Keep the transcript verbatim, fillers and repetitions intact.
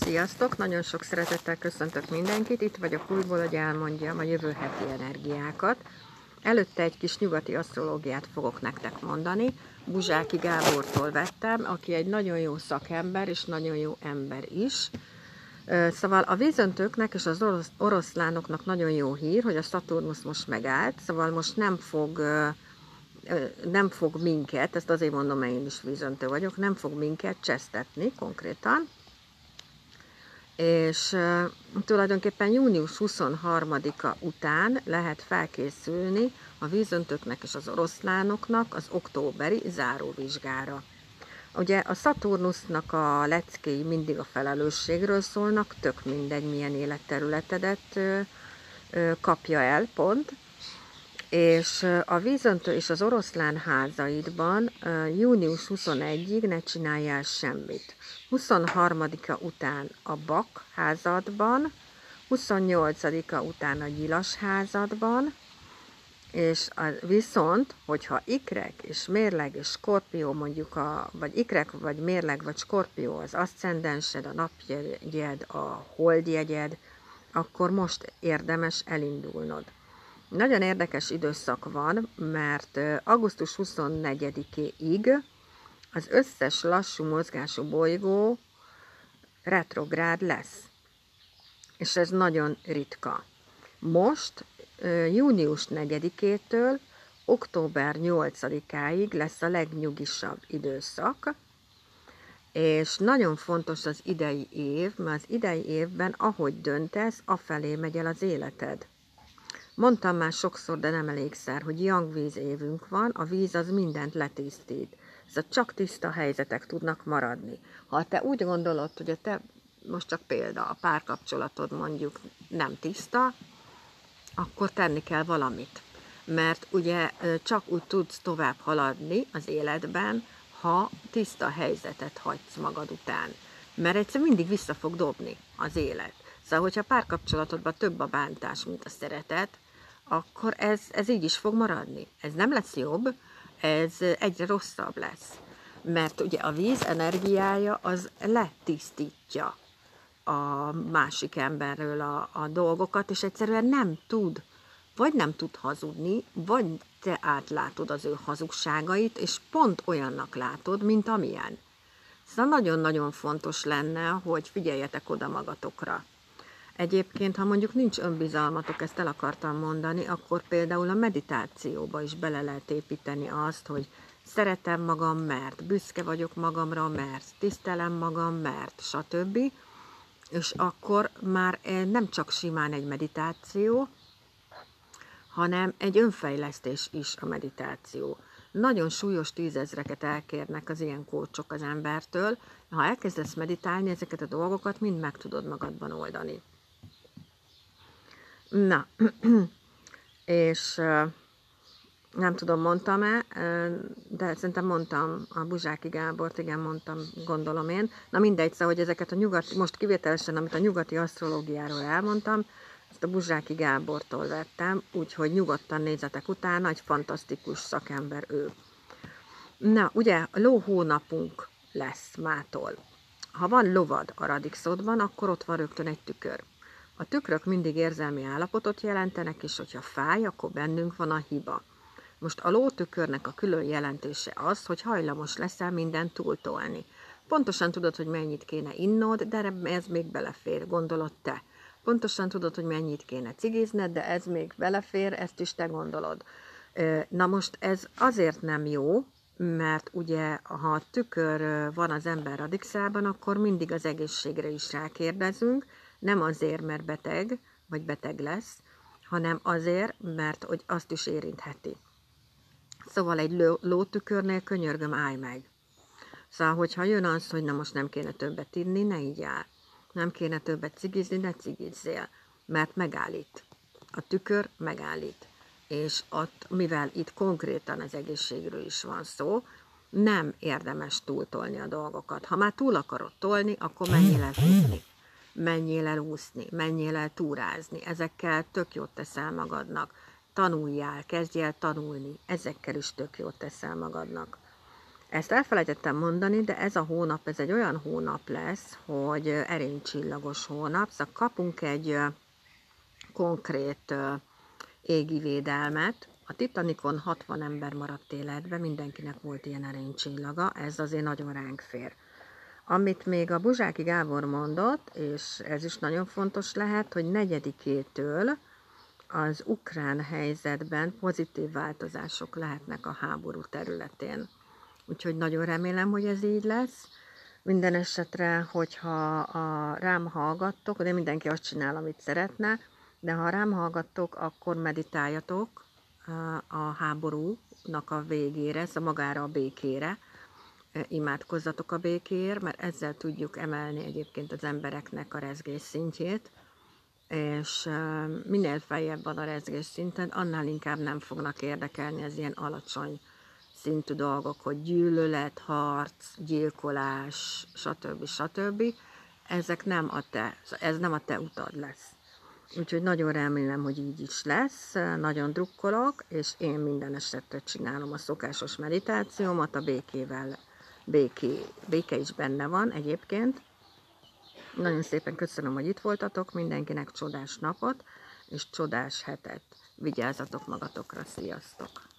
Sziasztok! Nagyon sok szeretettel köszöntök mindenkit. Itt vagyok újból, hogy elmondjam a jövő heti energiákat. Előtte egy kis nyugati asztrológiát fogok nektek mondani. Buzsáki Gábortól vettem, aki egy nagyon jó szakember és nagyon jó ember is. Szóval a vízöntőknek és az orosz, oroszlánoknak nagyon jó hír, hogy a Szaturnusz most megállt, szóval most nem fog, nem fog minket, ezt azért mondom, mert én is vízöntő vagyok, nem fog minket csesztetni konkrétan. És uh, tulajdonképpen június huszonharmadika után lehet felkészülni a vízöntőknek és az oroszlánoknak az októberi záróvizsgára. Ugye a Szaturnusznak a leckéi mindig a felelősségről szólnak, tök mindegy milyen életterületedet uh, uh, kapja el pont, és uh, a vízöntő és az oroszlán házaidban uh, június huszonegyedikéig ne csináljál semmit. huszonharmadika után a Bak házadban, huszonnyolcadika után a Nyilas házadban, és a, viszont, hogyha ikrek és mérleg és skorpió mondjuk, a, vagy ikrek vagy mérleg vagy skorpió az aszcendensed, a napjegyed, a holdjegyed, akkor most érdemes elindulnod. Nagyon érdekes időszak van, mert augusztus huszonnegyedikéig az összes lassú mozgású bolygó retrográd lesz. És ez nagyon ritka. Most június negyedikétől október nyolcadikáig lesz a legnyugisabb időszak, és nagyon fontos az idei év, mert az idei évben, ahogy döntesz, afelé megy el az életed. Mondtam már sokszor, de nem elégszer, hogy yang víz évünk van, a víz az mindent letisztít. Szóval csak tiszta helyzetek tudnak maradni. Ha te úgy gondolod, hogy a te, most csak példa, a párkapcsolatod mondjuk nem tiszta, akkor tenni kell valamit. Mert ugye csak úgy tudsz tovább haladni az életben, ha tiszta helyzetet hagysz magad után. Mert egyszer mindig vissza fog dobni az élet. Szóval, hogyha párkapcsolatodban több a bántás, mint a szeretet, akkor ez, ez így is fog maradni. Ez nem lesz jobb, ez egyre rosszabb lesz. Mert ugye a víz energiája az letisztítja a másik emberről a, a dolgokat, és egyszerűen nem tud, vagy nem tud hazudni, vagy te átlátod az ő hazugságait, és pont olyannak látod, mint amilyen. Szóval nagyon-nagyon fontos lenne, hogy figyeljetek oda magatokra. Egyébként, ha mondjuk nincs önbizalmatok, ezt el akartam mondani, akkor például a meditációba is bele lehet építeni azt, hogy szeretem magam, mert büszke vagyok magamra, mert tisztelem magam, mert stb. És akkor már nem csak simán egy meditáció, hanem egy önfejlesztés is a meditáció. Nagyon súlyos tízezreket elkérnek az ilyen kócsok az embertől, ha elkezdesz meditálni, ezeket a dolgokat mind meg tudod magadban oldani. Na, és nem tudom, mondtam-e, de szerintem mondtam a Buzsáki Gábort, igen, mondtam, gondolom én. Na mindegy, szóval, hogy ezeket a nyugati, most kivételesen, amit a nyugati asztrológiáról elmondtam, ezt a Buzsáki Gábortól vettem, úgyhogy nyugodtan nézzetek utána, egy fantasztikus szakember ő. Na, ugye, ló hónapunk lesz mától. Ha van lovad a Radixodban, akkor ott van rögtön egy tükör. A tükrök mindig érzelmi állapotot jelentenek, és hogyha fáj, akkor bennünk van a hiba. Most a lótükörnek a külön jelentése az, hogy hajlamos leszel mindent túltolni. Pontosan tudod, hogy mennyit kéne innod, de ez még belefér, gondolod te. Pontosan tudod, hogy mennyit kéne cigizned, de ez még belefér, ezt is te gondolod. Na most ez azért nem jó, mert ugye, ha a tükör van az ember radixában, akkor mindig az egészségre is rákérdezünk, nem azért, mert beteg, vagy beteg lesz, hanem azért, mert hogy azt is érintheti. Szóval egy ló, lótükörnél könyörgöm, állj meg. Szóval, hogyha jön az, hogy na most nem kéne többet inni, ne így áll. Nem kéne többet cigizni, ne cigizzél, mert megállít. A tükör megállít. És ott, mivel itt konkrétan az egészségről is van szó, nem érdemes túltolni a dolgokat. Ha már túl akarod tolni, akkor menjél el futni. Menjél el úszni, menjél el túrázni, ezekkel tök jót teszel magadnak. Tanuljál, kezdj el tanulni, ezekkel is tök jót teszel magadnak. Ezt elfelejtettem mondani, de ez a hónap, ez egy olyan hónap lesz, hogy erénycsillagos hónap, szóval kapunk egy konkrét égi védelmet. A Titanicon hatvan ember maradt életbe, mindenkinek volt ilyen erénycsillaga, ez azért nagyon ránk fér. Amit még a Buzsáki Gábor mondott, és ez is nagyon fontos lehet, hogy negyedikétől az ukrán helyzetben pozitív változások lehetnek a háború területén. Úgyhogy nagyon remélem, hogy ez így lesz. Minden esetre, hogyha a rám hallgattok, de mindenki azt csinál, amit szeretne, de ha rám hallgattok, akkor meditáljatok a háborúnak a végére, szóval magára a békére, imádkozzatok a békéért, mert ezzel tudjuk emelni egyébként az embereknek a rezgés szintjét, és minél feljebb van a rezgés szinten, annál inkább nem fognak érdekelni az ilyen alacsony szintű dolgok, hogy gyűlölet, harc, gyilkolás, stb. stb. Ezek nem a te, ez nem a te utad lesz. Úgyhogy nagyon remélem, hogy így is lesz, nagyon drukkolok, és én minden esetre csinálom a szokásos meditációmat, a békével, béké, béke is benne van egyébként. Nagyon szépen köszönöm, hogy itt voltatok, mindenkinek csodás napot, és csodás hetet. Vigyázzatok magatokra, sziasztok!